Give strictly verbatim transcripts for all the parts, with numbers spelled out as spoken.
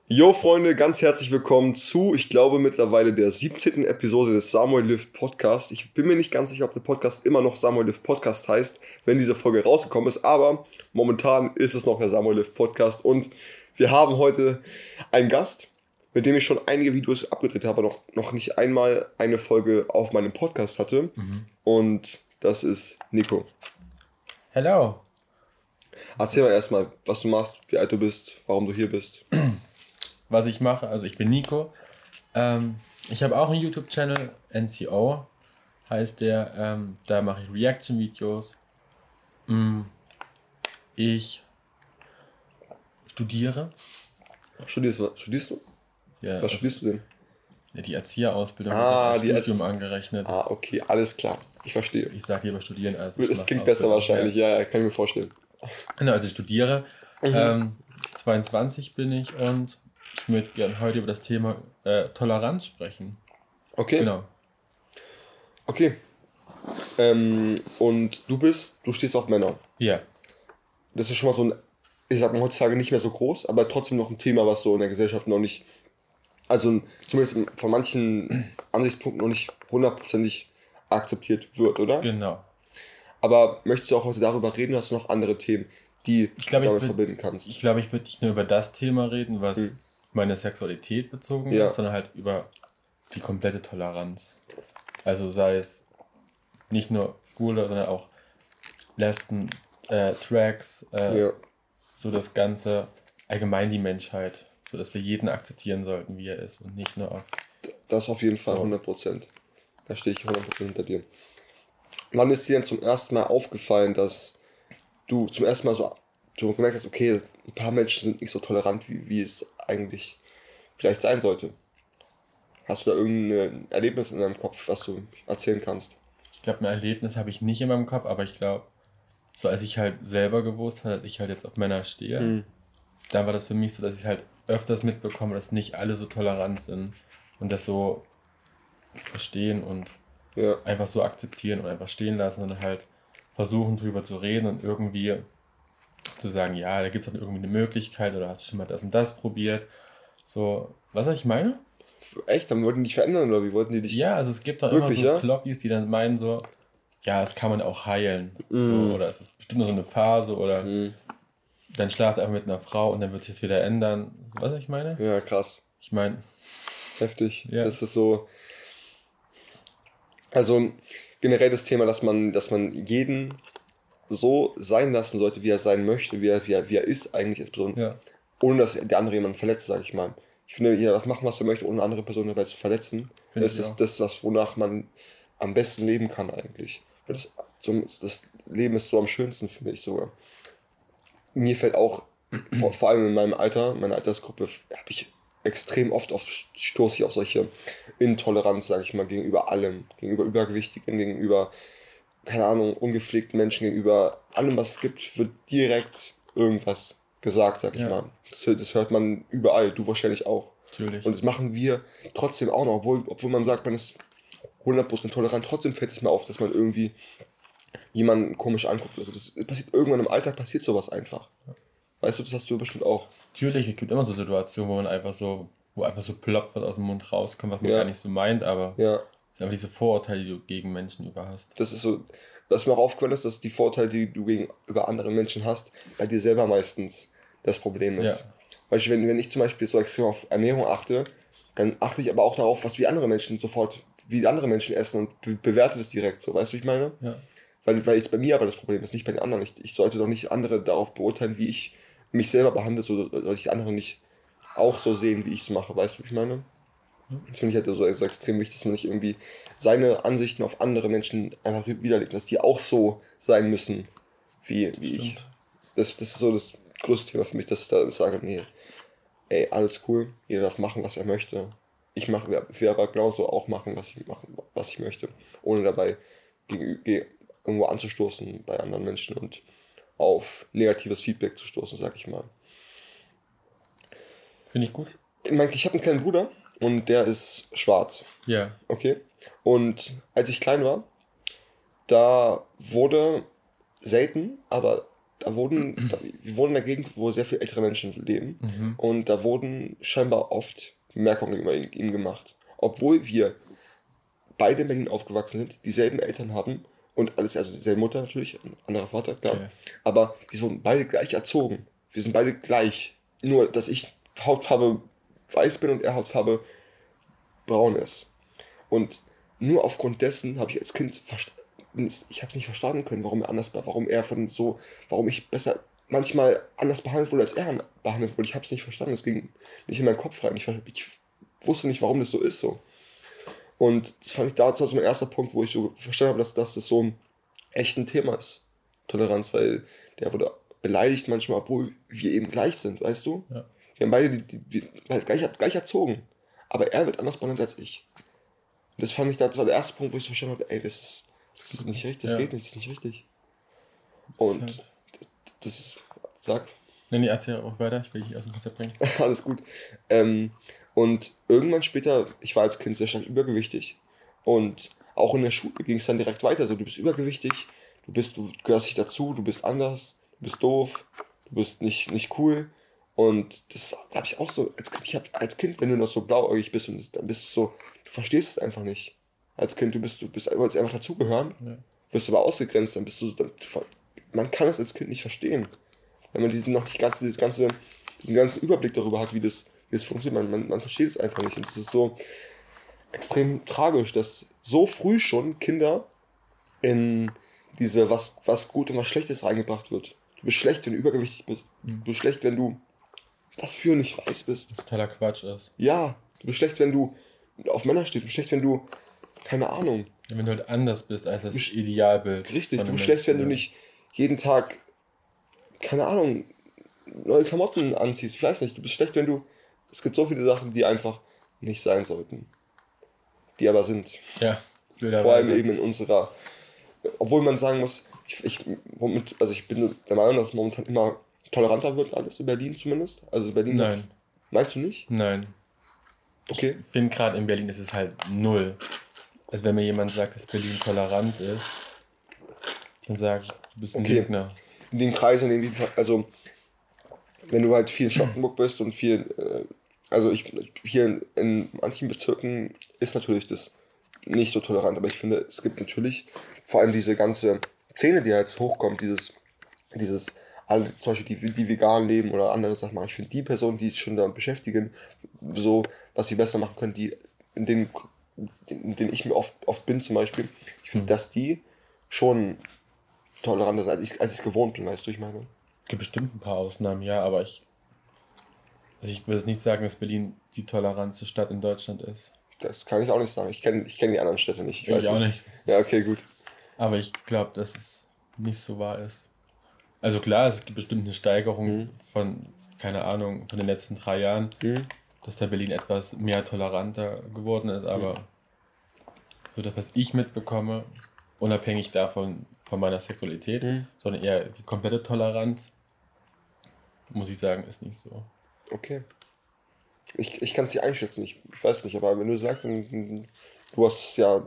Jo Freunde, ganz herzlich willkommen zu, ich glaube mittlerweile der siebzehnten Episode des Samuel Lift Podcast. Ich bin mir nicht ganz sicher, ob der Podcast immer noch Samuel Lift Podcast heißt, wenn diese Folge rausgekommen ist, aber momentan ist es noch der Samuel Lift Podcast und wir haben heute einen Gast, mit dem ich schon einige Videos abgedreht habe, noch, noch nicht einmal eine Folge auf meinem Podcast hatte mhm. und das ist Nico. Hello. Erzähl mal erstmal, was du machst, wie alt du bist, warum du hier bist. Was ich mache, also ich bin Nico. Ähm, ich habe auch einen YouTube-Channel, N C O heißt der. Ähm, da mache ich Reaction-Videos. Ich studiere. Studierst, studierst du? Ja, was also, studierst du denn? Ja, die Erzieherausbildung ah, wird als die Studium Erzie- angerechnet. Ah, okay, alles klar. Ich verstehe. Ich sage lieber studieren als... Das klingt besser wahrscheinlich, ja. ja, kann ich mir vorstellen. Genau, also ich studiere. Mhm. Ähm, zweiundzwanzig bin ich und ich möchte gerne heute über das Thema äh, Toleranz sprechen. Okay. Genau. Okay. Ähm, und du bist, du stehst auf Männer. Ja. Das ist schon mal so ein, ich sag mal heutzutage nicht mehr so groß, aber trotzdem noch ein Thema, was so in der Gesellschaft noch nicht, also zumindest von manchen Ansichtspunkten noch nicht hundertprozentig akzeptiert wird, oder? Genau. Aber möchtest du auch heute darüber reden, hast du noch andere Themen, die ich glaub, du damit würd, verbinden kannst? Ich glaube, ich würde nicht nur über das Thema reden, was hm. meine Sexualität bezogen ja. ist, sondern halt über die komplette Toleranz. Also sei es nicht nur Schwule, sondern auch Lesben, äh, Tracks, äh, ja. so das Ganze, allgemein die Menschheit, so dass wir jeden akzeptieren sollten, wie er ist und nicht nur auf... Das auf jeden Fall, so. hundert Prozent. Da stehe ich hundert Prozent hinter dir. Wann ist dir denn zum ersten Mal aufgefallen, dass du zum ersten Mal so du gemerkt hast, okay, ein paar Menschen sind nicht so tolerant, wie, wie es eigentlich vielleicht sein sollte? Hast du da irgendein Erlebnis in deinem Kopf, was du erzählen kannst? Ich glaube, ein Erlebnis habe ich nicht in meinem Kopf, aber ich glaube, so als ich halt selber gewusst habe, dass ich halt jetzt auf Männer stehe, hm. dann war das für mich so, dass ich halt öfters mitbekomme, dass nicht alle so tolerant sind und das so verstehen und ja. einfach so akzeptieren und einfach stehen lassen und halt versuchen drüber zu reden und irgendwie zu sagen, ja, da gibt es dann irgendwie eine Möglichkeit oder hast du schon mal das und das probiert. So, was ich meine? Echt? Dann wollten die dich verändern oder wie wollten die dich? Ja, also es gibt doch wirklich, immer so ja? Kloppis, die dann meinen so, ja, das kann man auch heilen. Mm. So, oder es ist bestimmt nur so eine Phase oder mm. dann schlaft einfach mit einer Frau und dann wird sich das wieder ändern. Was ich meine? Ja, krass. Ich meine... Heftig. Ja. Das ist so... Also generell das Thema, dass man, dass man jeden so sein lassen sollte, wie er sein möchte, wie er, wie er, wie er ist eigentlich als Person, ja. ohne dass der andere jemanden verletzt, sag ich mal. Ich finde, jeder darf machen, was er möchte, ohne eine andere Person dabei zu verletzen. Finde das ist das, was, wonach man am besten leben kann eigentlich. Das, das Leben ist so am schönsten, finde ich sogar. Mir fällt auch, vor, vor allem in meinem Alter, meiner Altersgruppe, habe ich extrem oft auf, stoße ich auf solche Intoleranz, sage ich mal, gegenüber allem. Gegenüber Übergewichtigen, gegenüber, keine Ahnung, ungepflegten Menschen, gegenüber allem, was es gibt, wird direkt irgendwas gesagt, sag ich ja. mal. Das, das hört man überall, du wahrscheinlich auch. Natürlich. Und das machen wir trotzdem auch noch, obwohl, obwohl man sagt, man ist hundert Prozent tolerant, trotzdem fällt es mir auf, dass man irgendwie jemanden komisch anguckt. Also das passiert irgendwann im Alltag, passiert sowas einfach. Ja. Weißt du, das hast du bestimmt auch. Natürlich, es gibt immer so Situationen, wo man einfach so, wo einfach so ploppt, was aus dem Mund rauskommt, was man ja. gar nicht so meint, aber ja. das sind einfach diese Vorurteile, die du gegen Menschen über hast. Das ist so, was mir auch aufgefallen ist, dass die Vorurteile, die du gegenüber anderen Menschen hast, bei dir selber meistens das Problem ist. Ja. Weil wenn, wenn ich zum Beispiel so extrem auf Ernährung achte, dann achte ich aber auch darauf, was wie andere Menschen sofort, wie andere Menschen essen und be- bewerte das direkt so, weißt du, wie ich meine? Ja. Weil, weil jetzt bei mir aber das Problem ist, nicht bei den anderen. Ich, ich sollte doch nicht andere darauf beurteilen, wie ich mich selber behandle, so sollte ich andere nicht auch so sehen, wie ich es mache, weißt du, wie ich meine? Das finde ich halt so, so extrem wichtig, dass man nicht irgendwie seine Ansichten auf andere Menschen einfach widerlegt, dass die auch so sein müssen, wie, wie ich. Das, das ist so das größte Thema für mich, dass ich da sage, nee, ey, alles cool, jeder darf machen, was er möchte. Ich mache, werde aber genauso auch machen, was ich, machen, was ich möchte, ohne dabei gegen, gegen, irgendwo anzustoßen bei anderen Menschen und auf negatives Feedback zu stoßen, sag ich mal. Finde ich gut. Ich habe einen kleinen Bruder und der ist schwarz. Ja. Okay. Und als ich klein war, da wurde selten, aber da wurden, da, wir wohnen in einer Gegend, wo sehr viele ältere Menschen leben. Mhm. Und da wurden scheinbar oft Bemerkungen über ihn, ihm gemacht. Obwohl wir beide in Berlin aufgewachsen sind, dieselben Eltern haben und alles, also dieselbe Mutter natürlich, ein anderer Vater, klar. Okay. Aber wir wurden beide gleich erzogen. Wir sind beide gleich. Nur, dass ich Hautfarbe weiß bin und er Hautfarbe braun ist. Und nur aufgrund dessen habe ich als Kind verstanden, ich habe es nicht verstanden können, warum er anders war, warum er von so, warum ich besser, manchmal anders behandelt wurde, als er behandelt wurde. Ich habe es nicht verstanden, es ging nicht in meinen Kopf rein. Ich, ich wusste nicht, warum das so ist, so. Und das fand ich da so mein erster Punkt, wo ich so verstanden habe, dass, dass das so ein echt ein Thema ist, Toleranz, weil der wurde beleidigt manchmal, obwohl wir eben gleich sind, weißt du? Ja. Wir haben beide die, die, die, beide gleich, gleich erzogen, aber er wird anders behandelt als ich. Und das fand ich, das war der erste Punkt, wo ich so verstanden habe, ey, das ist, das ist nicht richtig, das ja. geht nicht, das ist nicht richtig. Und das, das ist, sag. Nein, nee, erzähl auch weiter, ich will dich aus dem Konzept bringen. Alles gut. Ähm, und irgendwann später, ich war als Kind sehr stark übergewichtig. Und auch in der Schule ging es dann direkt weiter. So, du bist übergewichtig, du bist, du gehörst nicht dazu, du bist anders, du bist doof, du bist nicht, nicht cool. Und das da habe ich auch so, als Kind, ich hab, als Kind, wenn du noch so blauäugig bist, und dann bist du so, du verstehst es einfach nicht. Als Kind, du bist, du bist wolltest einfach dazugehören, ja. wirst aber ausgegrenzt, dann bist du so, dann, man kann es als Kind nicht verstehen. Wenn man diesen noch nicht ganz, dieses ganze, diesen ganzen Überblick darüber hat, wie das, wie das funktioniert, man, man, man versteht es einfach nicht. Und das ist so extrem tragisch, dass so früh schon Kinder in diese, was, was gut und was Schlechtes reingebracht wird. Du bist schlecht, wenn du übergewichtig bist. Mhm. Du bist schlecht, wenn du was für nicht weiß bist. Das totaler Quatsch ist. Ja, du bist schlecht, wenn du auf Männer stehst. Du bist schlecht, wenn du, keine Ahnung. Ja, wenn du halt anders bist als das bist, Idealbild. Richtig, du bist schlecht, wenn du nicht jeden Tag, keine Ahnung, neue Klamotten anziehst. Ich weiß nicht, du bist schlecht, wenn du, es gibt so viele Sachen, die einfach nicht sein sollten. Die aber sind. Ja, vor allem eben in unserer, obwohl man sagen muss, ich, ich, also ich bin der Meinung, dass es momentan immer toleranter wird, alles in Berlin zumindest. Also Berlin. Nein. Hat, meinst du nicht? Nein. Okay. Ich finde gerade in Berlin ist es halt null. Also wenn mir jemand sagt, dass Berlin tolerant ist, dann sage ich, du bist ein okay. Gegner. In den Kreisen, in denen, also wenn du halt viel in Charlottenburg bist und viel, äh, also ich hier in, in manchen Bezirken ist natürlich das nicht so tolerant, aber ich finde, es gibt natürlich vor allem diese ganze Szene, die jetzt hochkommt, dieses, dieses alle, zum Beispiel die, die vegan leben oder andere Sachen machen. Ich finde die Personen, die sich schon damit beschäftigen, so, was sie besser machen können, die, in denen, in denen ich mir oft, oft bin zum Beispiel, ich finde, mhm. dass die schon toleranter sind, als ich als ich es gewohnt bin, weißt du, ich meine. Es gibt bestimmt ein paar Ausnahmen, ja, aber ich, also ich würde jetzt nicht sagen, dass Berlin die toleranteste Stadt in Deutschland ist. Das kann ich auch nicht sagen. Ich kenne ich kenn die anderen Städte nicht. Ich, ich weiß auch nicht. nicht. Ja, okay, gut. Aber ich glaube, dass es nicht so wahr ist. Also klar, es gibt bestimmt eine Steigerung mhm. von, keine Ahnung, von den letzten drei Jahren, mhm. dass da Berlin etwas mehr toleranter geworden ist, aber mhm. so das, was ich mitbekomme, unabhängig davon, von meiner Sexualität, mhm. sondern eher die komplette Toleranz, muss ich sagen, ist nicht so. Okay. Ich, ich kann es nicht einschätzen, ich, ich weiß nicht, aber wenn du sagst, dann, du hast es ja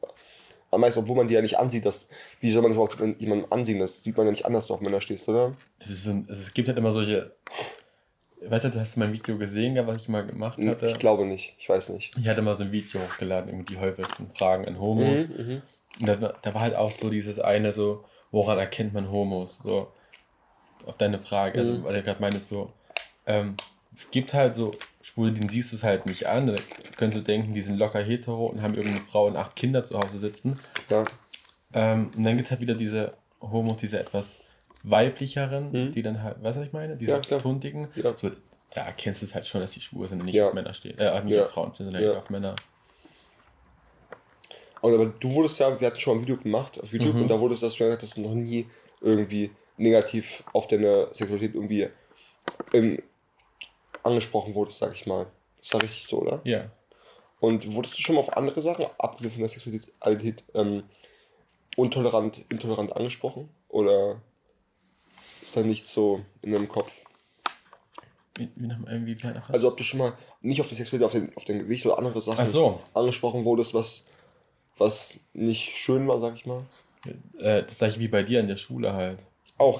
am meisten, obwohl man die ja nicht ansieht, dass, wie soll man das überhaupt jemandem ansehen, das sieht man ja nicht anders, wenn du auf Männer stehst, oder? Das ist ein, es gibt halt immer solche, weißt du, du hast mein Video gesehen, was ich mal gemacht hatte? Ich glaube nicht, ich weiß nicht. Ich hatte mal so ein Video hochgeladen, irgendwie die häufigsten Fragen an Homos. Mhm, und da, da war halt auch so dieses eine so, woran erkennt man Homos? So, auf deine Frage, also mhm. weil du gerade meinst so, ähm, es gibt halt so Schwule, denen siehst du es halt nicht an. Da könntest du denken, die sind locker hetero und haben irgendeine Frau und acht Kinder zu Hause sitzen. Ja. Ähm, und dann gibt es halt wieder diese Homos, diese etwas weiblicheren, mhm. die dann halt, weißt du, was ich meine? Diese ja, tuntigen. Ja. So, da erkennst du es halt schon, dass die schwul sind und nicht ja. auf Männer stehen. Äh, nicht ja. auf Frauen stehen, sondern ja. auf Männer. Und aber du wurdest ja, wir hatten schon ein Video gemacht auf YouTube mhm. und da wurdest du das gesagt, dass du noch nie irgendwie negativ auf deine Sexualität irgendwie ähm, angesprochen wurdest, sag ich mal. Das war richtig so, oder? Ja. Und wurdest du schon mal auf andere Sachen, abgesehen von der Sexualität, ähm, intolerant, intolerant angesprochen? Oder ist da nichts so in deinem Kopf? Wie, wie nach, wie, wie nach also ob du schon mal nicht auf die Sexualität, auf den, auf den Gewicht oder andere Sachen so. angesprochen wurdest, was, was nicht schön war, sag ich mal? Äh, das gleiche wie bei dir in der Schule halt. Auch, ja?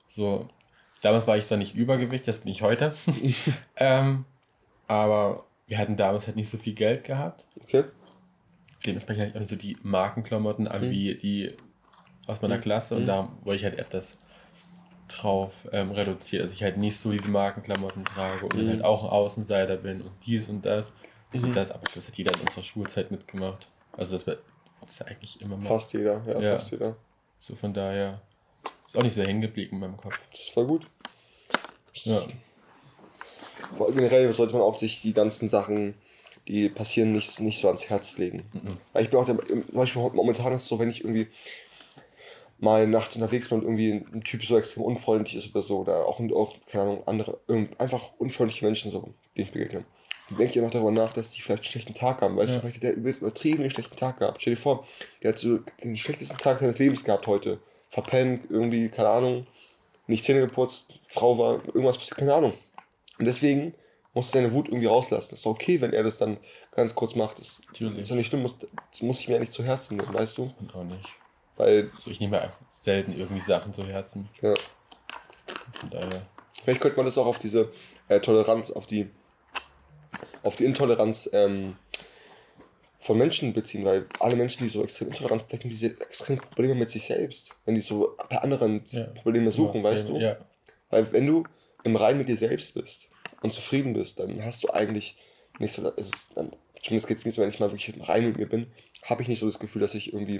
So, damals war ich zwar nicht Übergewicht, das bin ich heute. ähm, aber wir hatten damals halt nicht so viel Geld gehabt. Okay. Dementsprechend hatte ich auch nicht so die Markenklamotten an, mhm. wie die aus meiner mhm. Klasse. Und mhm. da wollte ich halt etwas drauf ähm, reduziert, dass ich halt nicht so diese Markenklamotten trage und mhm. halt auch ein Außenseiter bin und dies und das. Mhm. So das, aber das hat jeder in unserer Schulzeit mitgemacht. Also das war das ja eigentlich immer mal. Fast jeder, ja, ja, fast jeder. So von daher ist auch nicht so hängen geblieben in meinem Kopf. Das ist voll gut. Ja. Generell sollte man auch sich die ganzen Sachen, die passieren, nicht, nicht so ans Herz legen. Mhm. Weil ich bin auch der, zum Beispiel momentan ist es so, wenn ich irgendwie mal nachts unterwegs bin und irgendwie ein Typ so extrem unfreundlich ist oder so, oder auch, auch keine Ahnung, andere, einfach unfreundliche Menschen, so, denen ich begegne. Dann denke ich einfach darüber nach, dass die vielleicht einen schlechten Tag haben, weißt ja. du, vielleicht hat der übertrieben einen schlechten Tag gehabt. Stell dir vor, der hat so den schlechtesten Tag seines Lebens gehabt heute. Verpennt, irgendwie, keine Ahnung, nicht Zähne geputzt, Frau war, irgendwas passiert, keine Ahnung. Und deswegen musst du seine Wut irgendwie rauslassen. Das ist okay, wenn er das dann ganz kurz macht. Das Natürlich. ist ja nicht schlimm, muss, das muss ich mir ja nicht zu Herzen nehmen, weißt du? Und auch nicht. Weil, also ich nehme selten irgendwie Sachen zu Herzen. Ja. Von daher. Vielleicht könnte man das auch auf diese äh, Toleranz, auf die auf die Intoleranz ähm, von Menschen beziehen, weil alle Menschen, die so extrem intolerant sind, haben diese extremen Probleme mit sich selbst, wenn die so bei anderen ja. Probleme suchen, ja, weißt ja, du? Ja. Weil wenn du im Reinen mit dir selbst bist und zufrieden bist, dann hast du eigentlich nicht so, also dann, zumindest geht es mir so, wenn ich mal wirklich im Reinen mit mir bin, habe ich nicht so das Gefühl, dass ich irgendwie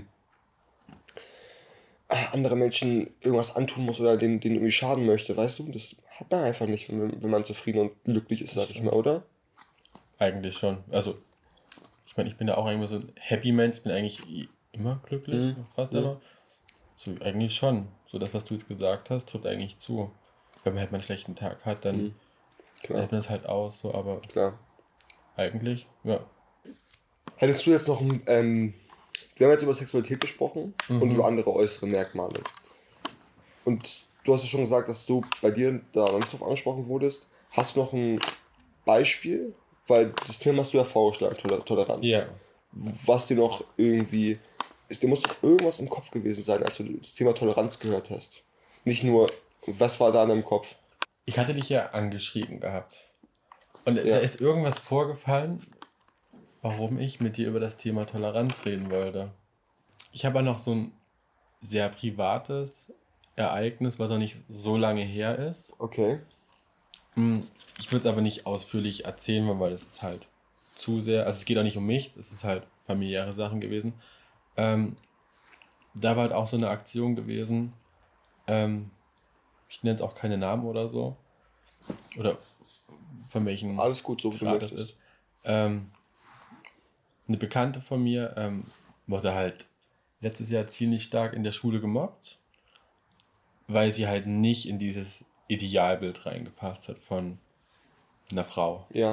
andere Menschen irgendwas antun muss oder denen, denen irgendwie schaden möchte, weißt du? Das hat man einfach nicht, wenn, wenn man zufrieden und glücklich ist, sag ich mal, oder? Eigentlich schon. Also, ich meine, ich bin ja auch irgendwie so ein Happy Mensch, ich bin eigentlich immer glücklich, mhm. fast mhm. immer. So, eigentlich schon. So, das, was du jetzt gesagt hast, trifft eigentlich zu. Wenn man halt mal einen schlechten Tag hat, dann mhm. hält man das halt aus, so, aber Klar. eigentlich, ja. Hättest du jetzt noch ein, ähm, wir haben jetzt über Sexualität gesprochen mhm. und über andere äußere Merkmale. Und du hast ja schon gesagt, dass du bei dir da noch nicht drauf angesprochen wurdest. Hast du noch ein Beispiel? Weil das Thema hast du ja vorgeschlagen, Toler- Toleranz. Ja. Was dir noch irgendwie, ist, dir muss doch irgendwas im Kopf gewesen sein, als du das Thema Toleranz gehört hast. Nicht nur, was war da in deinem Kopf? Ich hatte dich ja angeschrieben gehabt. Und ja. da ist irgendwas vorgefallen, warum ich mit dir über das Thema Toleranz reden wollte. Ich habe ja noch so ein sehr privates Ereignis, was auch nicht so lange her ist. Okay. Ich würde es aber nicht ausführlich erzählen, weil es ist halt zu sehr, also es geht auch nicht um mich, es ist halt familiäre Sachen gewesen. Ähm, da war halt auch so eine Aktion gewesen, ähm, ich nenne es auch keine Namen oder so, oder von welchen Alles gut, so wie du möchtest. Ist. Ähm, eine Bekannte von mir ähm, wurde halt letztes Jahr ziemlich stark in der Schule gemobbt, weil sie halt nicht in dieses Idealbild reingepasst hat von einer Frau. Ja.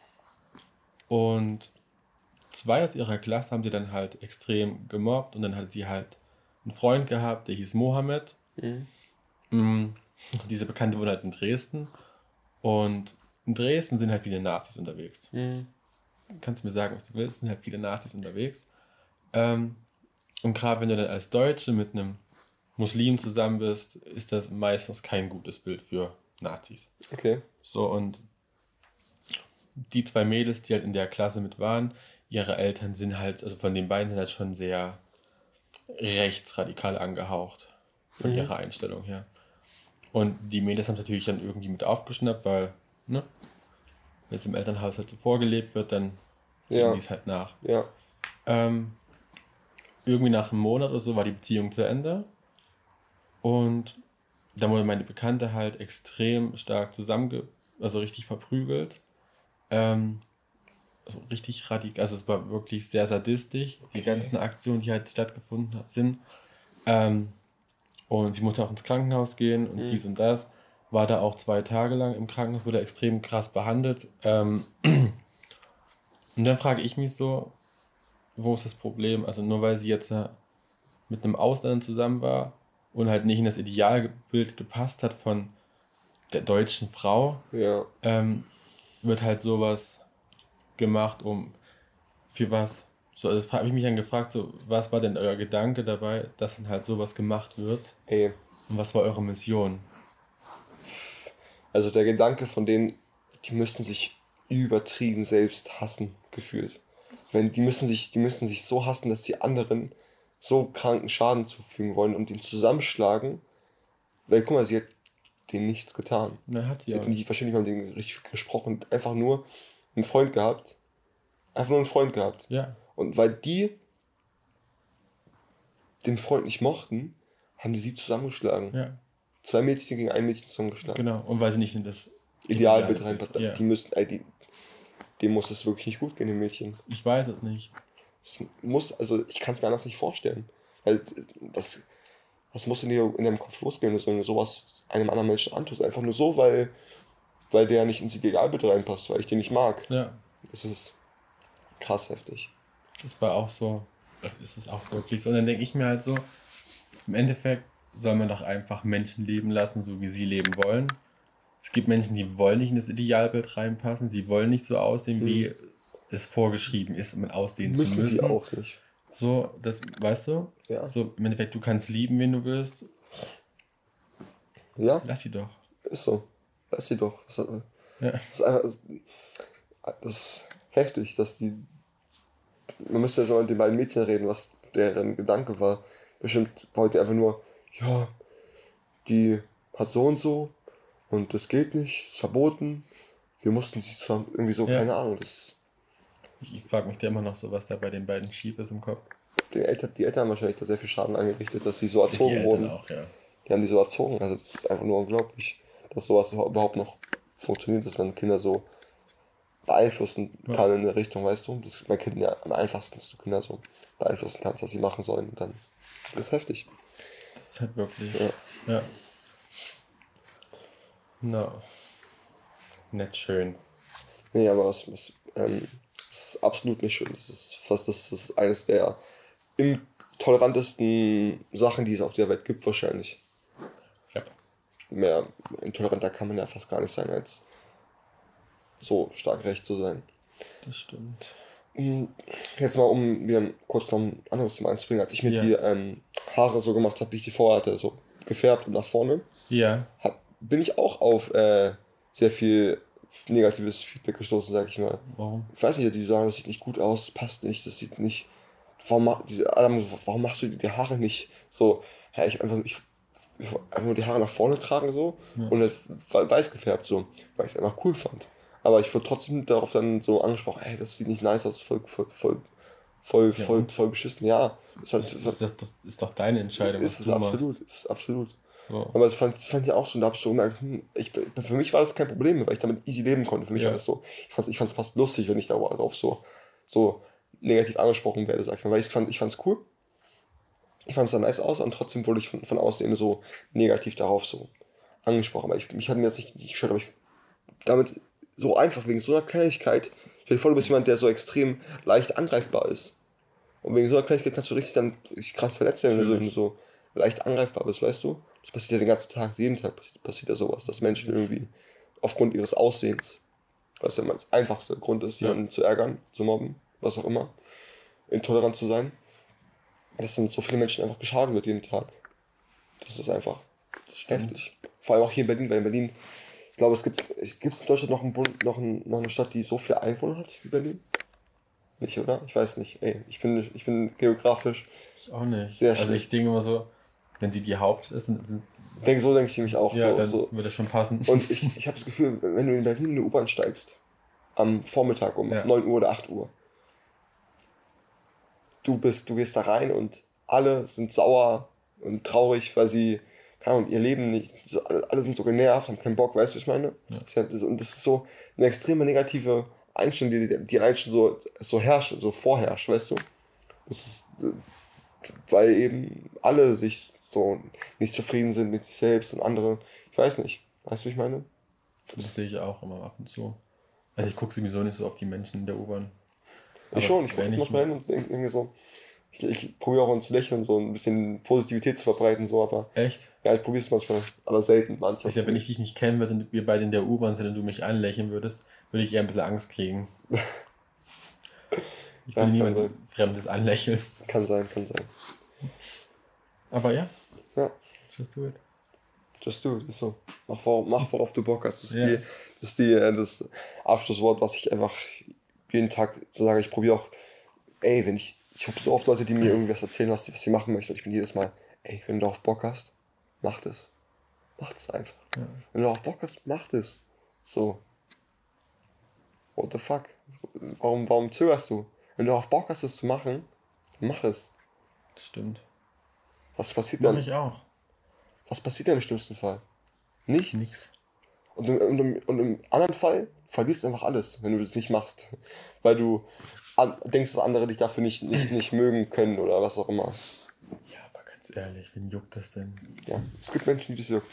Und zwei aus ihrer Klasse haben sie dann halt extrem gemobbt und dann hatte sie halt einen Freund gehabt, der hieß Mohammed. Mhm. Diese Bekannte wohnt halt in Dresden und in Dresden sind halt viele Nazis unterwegs. Mhm. Kannst du mir sagen, was du willst, sind halt viele Nazis unterwegs. Ähm, und gerade wenn du dann als Deutsche mit einem Muslim zusammen bist, ist das meistens kein gutes Bild für Nazis. Okay. So, und die zwei Mädels, die halt in der Klasse mit waren, ihre Eltern sind halt, also von den beiden sind halt schon sehr rechtsradikal angehaucht, von mhm. ihrer Einstellung her. Und die Mädels haben es natürlich dann irgendwie mit aufgeschnappt, weil, ne, wenn es im Elternhaushalt so vorgelebt wird, dann ja. gehen die es halt nach. Ja. Ähm, irgendwie nach einem Monat oder so war die Beziehung zu Ende. Und da wurde meine Bekannte halt extrem stark zusammenge... also richtig verprügelt. Ähm, also richtig radikal, also es war wirklich sehr sadistisch, die okay. ganzen Aktionen, die halt stattgefunden sind. Ähm, und sie musste auch ins Krankenhaus gehen und mhm. dies und das. War da auch zwei Tage lang im Krankenhaus, wurde extrem krass behandelt. Ähm, und dann frage ich mich so, wo ist das Problem? Also nur weil sie jetzt mit einem Ausländer zusammen war und halt nicht in das Idealbild gepasst hat von der deutschen Frau, ja. ähm, wird halt sowas gemacht, um für was. So, also das habe ich mich dann gefragt, so, was war denn euer Gedanke dabei, dass dann halt sowas gemacht wird? Ey, Und was war eure Mission? Also der Gedanke von denen, die müssen sich übertrieben selbst hassen, gefühlt. Wenn, die müssen sich, die müssen sich so hassen, dass die anderen so kranken Schaden zufügen wollen und ihn zusammenschlagen. Weil, guck mal, sie hat denen nichts getan. Na, hat sie sie auch hat nicht, wahrscheinlich mal mit denen richtig gesprochen. Einfach nur einen Freund gehabt. Einfach nur einen Freund gehabt. Ja. Und weil die den Freund nicht mochten, haben die sie zusammengeschlagen. Ja. Zwei Mädchen gegen ein Mädchen zusammengeschlagen. Genau, und weil sie nicht in das Idealbild reinpasst. Ja. Die müssen, ey, die, dem muss es wirklich nicht gut gehen, den Mädchen. Ich weiß es nicht. Es muss, also ich kann es mir anders nicht vorstellen. Weil das, was muss in, dir, in deinem Kopf losgehen, wenn du sowas einem anderen Menschen antust? Einfach nur so, weil, weil der nicht ins Idealbild reinpasst, weil ich den nicht mag. Ja. Das ist krass heftig. Das war auch so, das ist es auch wirklich so. Und dann denke ich mir halt so, im Endeffekt soll man doch einfach Menschen leben lassen, so wie sie leben wollen. Es gibt Menschen, die wollen nicht in das Idealbild reinpassen, sie wollen nicht so aussehen, wie mhm. es vorgeschrieben ist, um aussehen müssen zu müssen. Müssen sie auch nicht. So, das, weißt du? Ja. So, im Endeffekt, du kannst lieben, wen du willst. Ja. Lass sie doch. Ist so. Lass sie doch. Das, ja. das ist einfach, das, das ist heftig, dass die, man müsste jetzt mal mit den beiden Mädchen reden, was deren Gedanke war. Bestimmt wollten die einfach nur, ja, die hat so und so und das geht nicht, ist verboten. Wir mussten sie zusammen, irgendwie so, ja. keine Ahnung. Das ich ich frage mich da immer noch so, was da bei den beiden schief ist im Kopf. Die Eltern, die Eltern haben wahrscheinlich da sehr viel Schaden angerichtet, dass sie so erzogen die wurden. Auch, ja. Die haben die so erzogen. Also das ist einfach nur unglaublich, dass sowas überhaupt noch funktioniert, dass man Kinder so beeinflussen ja. kann in eine Richtung, weißt du? Das ist bei Kindern ja am einfachsten, dass du Kinder so beeinflussen kannst, was sie machen sollen. Und dann das ist heftig. Das ist halt wirklich. Ja. ja. No. Nicht schön. Nee, aber was, was ähm, das ist absolut nicht schön. Das ist fast das ist eines der intolerantesten Sachen, die es auf der Welt gibt, wahrscheinlich. Ja. Mehr intoleranter kann man ja fast gar nicht sein, als so stark recht zu sein. Das stimmt. Jetzt mal, um wieder kurz noch ein anderes Thema einzubringen, als ich mir ja. die ähm, Haare so gemacht habe, wie ich die vorher hatte, so gefärbt und nach vorne, ja. hab, bin ich auch auf äh, sehr viel negatives Feedback gestoßen, sag ich mal. Warum? Ich weiß nicht, die sagen, das sieht nicht gut aus, das passt nicht, das sieht nicht. Warum, die, warum machst du die Haare nicht so? Ja, ich einfach ich, ich einfach nur die Haare nach vorne tragen so ja. und weiß gefärbt so, weil ich es einfach cool fand. Aber ich wurde trotzdem darauf dann so angesprochen, ey, das sieht nicht nice aus, voll, voll, voll, voll, ja, voll, voll beschissen. Ja, das, war, das, das, das, das ist doch deine Entscheidung. Ist es absolut, ist absolut. So. Aber das fand, das fand ich auch so, da hab ich so gemerkt, hm, ich, für mich war das kein Problem mehr, weil ich damit easy leben konnte. Für mich ja. war das so, ich fand es ich fand's fast lustig, wenn ich darauf so, so negativ angesprochen werde, sag ich mal, weil ich fand ich fand's cool. Ich fand es dann nice aus und trotzdem wurde ich von, von außen eben so negativ darauf so angesprochen. Aber ich, mich hat mir jetzt nicht gestört, aber ich damit so einfach, wegen so einer Kleinigkeit, stell dir vor, du bist jemand, der so extrem leicht angreifbar ist. Und wegen so einer Kleinigkeit kannst du richtig dann dich krass verletzen, wenn du so leicht angreifbar bist, weißt du? Das passiert ja den ganzen Tag, jeden Tag passiert, passiert ja sowas, dass Menschen irgendwie aufgrund ihres Aussehens, was ja immer das einfachste Grund ist, jemanden ja. zu ärgern, zu mobben, was auch immer, intolerant zu sein, dass dann so viele Menschen einfach geschadet wird jeden Tag. Das ist einfach das heftig. Vor allem auch hier in Berlin, weil in Berlin, ich glaube, es gibt es gibt in Deutschland noch, einen Bund, noch, ein, noch eine Stadt, die so viele Einwohner hat wie Berlin. Nicht, oder? Ich weiß nicht. Ey, ich bin, ich bin geografisch ich auch nicht. sehr also schlecht. Ich denke immer so, wenn sie die Haupt ist, sind, sind denk, so denke ich nämlich auch. Ja, so, dann so. würde das schon passen. Und ich, ich habe das Gefühl, wenn du in Berlin in eine U-Bahn steigst, am Vormittag um ja. neun Uhr oder acht Uhr, du bist, du gehst da rein und alle sind sauer und traurig, weil sie, keine Ahnung, ihr Leben nicht, so, alle, alle sind so genervt, haben keinen Bock, weißt du, was ich meine? Ja. Und das ist so eine extreme negative Einstellung, die, die eigentlich schon so, so herrscht, so vorherrscht, weißt du? Das ist, weil eben alle sich so nicht zufrieden sind mit sich selbst und andere, ich weiß nicht, weißt du, was ich meine? Das, das sehe ich auch immer ab und zu. Also ich gucke sowieso nicht so auf die Menschen in der U-Bahn. Ich schon, ich gucke jetzt manchmal hin und denke irgendwie so, ich, ich probiere auch uns zu lächeln, so ein bisschen Positivität zu verbreiten, so, aber... Echt? Ja, ich probiere es manchmal, aber selten manchmal. Ich glaube, wenn ich dich nicht kennen würde und wir beide in der U-Bahn sind und du mich anlächeln würdest, würde ich eher ein bisschen Angst kriegen. Ich will ja, niemand Fremdes anlächeln. Kann sein, kann sein. Aber ja. Ja. Just do it. Just do it, ist so. Mach, mach worauf du Bock hast. Das ist, ja. die, das, ist die, das Abschlusswort, was ich einfach jeden Tag so sage. Ich probiere auch, ey, wenn ich, ich habe so oft Leute, die mir irgendwas erzählen, was, was sie machen möchten. Und ich bin jedes Mal, ey, wenn du darauf Bock hast, mach das. Mach das einfach. Ja. Wenn du darauf Bock hast, mach das. So. What the fuck? Warum, warum zögerst du? Wenn du darauf Bock hast, das zu machen, dann mach es. Das stimmt. Was passiert dann? Mach ich auch. Was passiert denn im schlimmsten Fall? Nichts. Nichts. Und im, und, im, und im anderen Fall verlierst du einfach alles, wenn du das nicht machst. Weil du an, denkst, dass andere dich dafür nicht, nicht, nicht mögen können oder was auch immer. Ja, aber ganz ehrlich, wen juckt das denn? Ja, es gibt Menschen, die das juckt.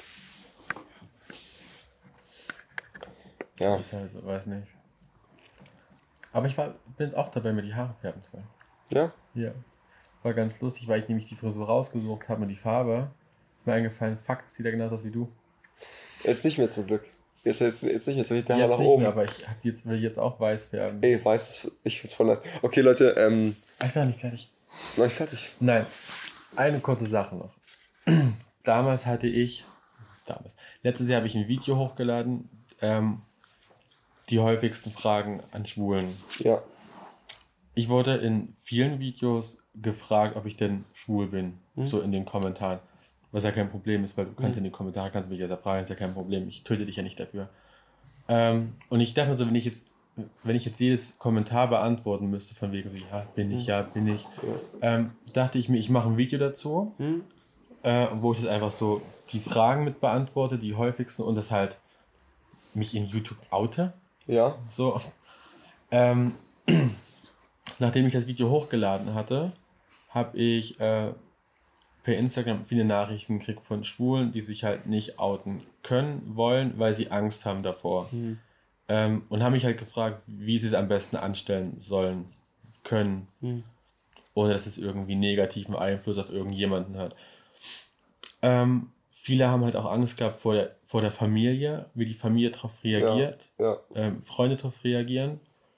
Ja. Ich halt so, weiß nicht. Aber ich war, bin jetzt auch dabei, mir die Haare färben zu wollen. Ja? Ja. War ganz lustig, weil ich nämlich die Frisur rausgesucht habe und die Farbe. Ist mir eingefallen, fuck, sieht ja genauso aus wie du. Jetzt nicht mehr zum Glück. Jetzt, jetzt, jetzt nicht mehr, jetzt will ich da nach nicht oben. Mehr, aber ich hab jetzt, will jetzt auch weiß färben. Ey, weiß, ich find's voll nett. Okay, Leute, ähm... Ich bin noch nicht fertig. Noch nicht fertig? Nein. Eine kurze Sache noch. Damals hatte ich... Damals. Letztes Jahr habe ich ein Video hochgeladen, ähm... die häufigsten Fragen an Schwulen. Ja. Ich wurde in vielen Videos gefragt, ob ich denn schwul bin. Hm. So in den Kommentaren. Was ja kein Problem ist, weil du kannst hm. in den Kommentaren, kannst du mich jetzt fragen, ist ja kein Problem. Ich töte dich ja nicht dafür. Ähm, und ich dachte mir so, wenn ich jetzt, wenn ich jetzt jedes Kommentar beantworten müsste, von wegen so, ja, bin ich, hm. ja, bin ich, ja. Ähm, dachte ich mir, ich mache ein Video dazu, hm. äh, wo ich jetzt einfach so die Fragen mit beantworte, die häufigsten, und das halt mich in YouTube oute. Ja. So. Ähm, nachdem ich das Video hochgeladen hatte, habe ich äh, per Instagram viele Nachrichten gekriegt von Schwulen, die sich halt nicht outen können, wollen, weil sie Angst haben davor. Hm. Ähm, und haben mich halt gefragt, wie sie es am besten anstellen sollen, können, hm. ohne dass es irgendwie negativen Einfluss auf irgendjemanden hat. Ähm, viele haben halt auch Angst gehabt vor der, vor der Familie, wie die Familie darauf reagiert, ja, ja. Ähm, Freunde darauf reagieren.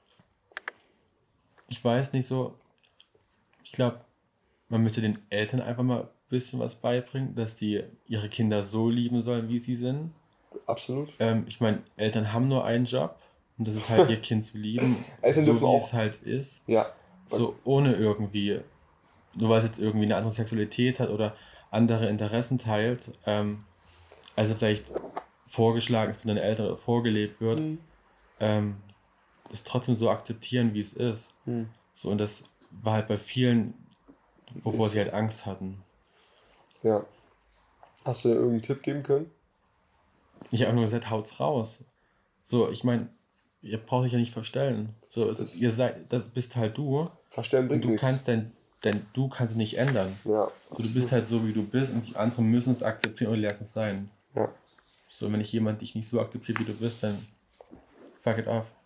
Ich weiß nicht so, ich glaube, man müsste den Eltern einfach mal ein bisschen was beibringen, dass die ihre Kinder so lieben sollen, wie sie sind. Absolut. Ähm, ich meine, Eltern haben nur einen Job und das ist halt, ihr Kind zu lieben, Eltern so dürfen wie auch. es halt ist. Ja. So ohne irgendwie, nur weil es jetzt irgendwie eine andere Sexualität hat oder andere Interessen teilt, ähm, also vielleicht vorgeschlagen ist von den Eltern oder vorgelebt wird, mhm. ähm, das trotzdem so akzeptieren, wie es ist. Mhm. So, und das war halt bei vielen, wovor sie halt Angst hatten. Ja. Hast du dir irgendeinen Tipp geben können? Ich habe nur gesagt, haut's raus. So, ich meine, ihr braucht euch ja nicht verstellen. So, es ist, ihr seid, das bist halt du. Verstellen bringt du nichts. Kannst dein, dein Du kannst du nicht ändern. Ja, so, du bist halt so, wie du bist, und die anderen müssen es akzeptieren oder lassen es sein. Ja. So, wenn ich jemand dich nicht so akzeptiert, wie du bist, dann fuck it off.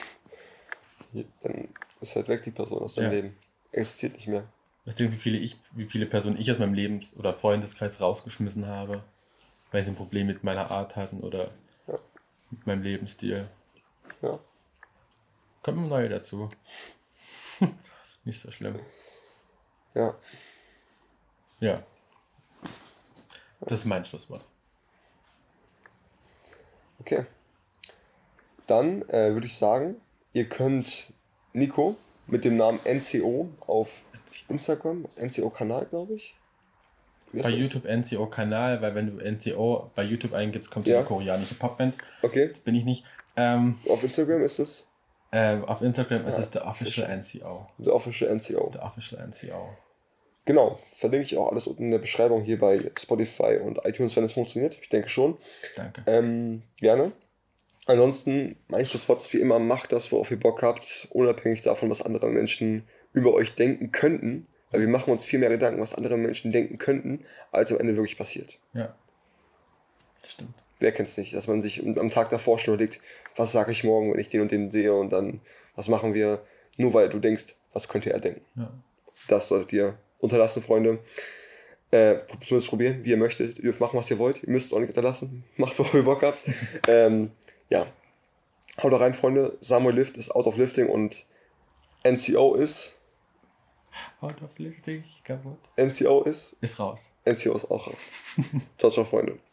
Dann ist halt weg die Person aus deinem ja. Leben. Existiert nicht mehr. Weißt du, wie viele, ich, wie viele Personen ich aus meinem Lebens- oder Freundeskreis rausgeschmissen habe, weil sie ein Problem mit meiner Art hatten oder ja. mit meinem Lebensstil. Ja. Kommen neue dazu. Nicht so schlimm. Ja. Ja. Das ist mein Schlusswort. Okay. Dann äh, würde ich sagen, ihr könnt Nico mit dem Namen N C O auf Instagram, N C O-Kanal, glaube ich. Bei YouTube N C O-Kanal, weil wenn du N C O bei YouTube eingibst, kommt ja. eine koreanische Popband. Okay. Das bin ich nicht. Ähm, auf Instagram ist es? Äh, auf Instagram ja, ist es The Official N C O. The Official N C O. The Official N C O. Genau, verlinke ich auch alles unten in der Beschreibung hier bei Spotify und iTunes, wenn es funktioniert. Ich denke schon. Danke. Ähm, gerne. Ansonsten, mein Schlusswort ist wie immer, macht das, worauf ihr Bock habt, unabhängig davon, was andere Menschen über euch denken könnten. Weil wir machen uns viel mehr Gedanken, was andere Menschen denken könnten, als am Ende wirklich passiert. Ja, das stimmt. Wer kennt's nicht, dass man sich am Tag davor schon überlegt, was sage ich morgen, wenn ich den und den sehe, und dann, was machen wir, nur weil du denkst, was könnte er denken. Ja. Das solltet ihr unterlassen, Freunde. Äh, zumindest probieren, wie ihr möchtet. Ihr dürft machen, was ihr wollt. Ihr müsst es auch nicht unterlassen. Macht, worauf ihr Bock habt. ähm, ja. Haut da rein, Freunde. Samuel Lift ist out of lifting und N C O ist... Out of lifting, kaputt. N C O ist... Ist raus. N C O ist auch raus. Ciao, ciao, Freunde.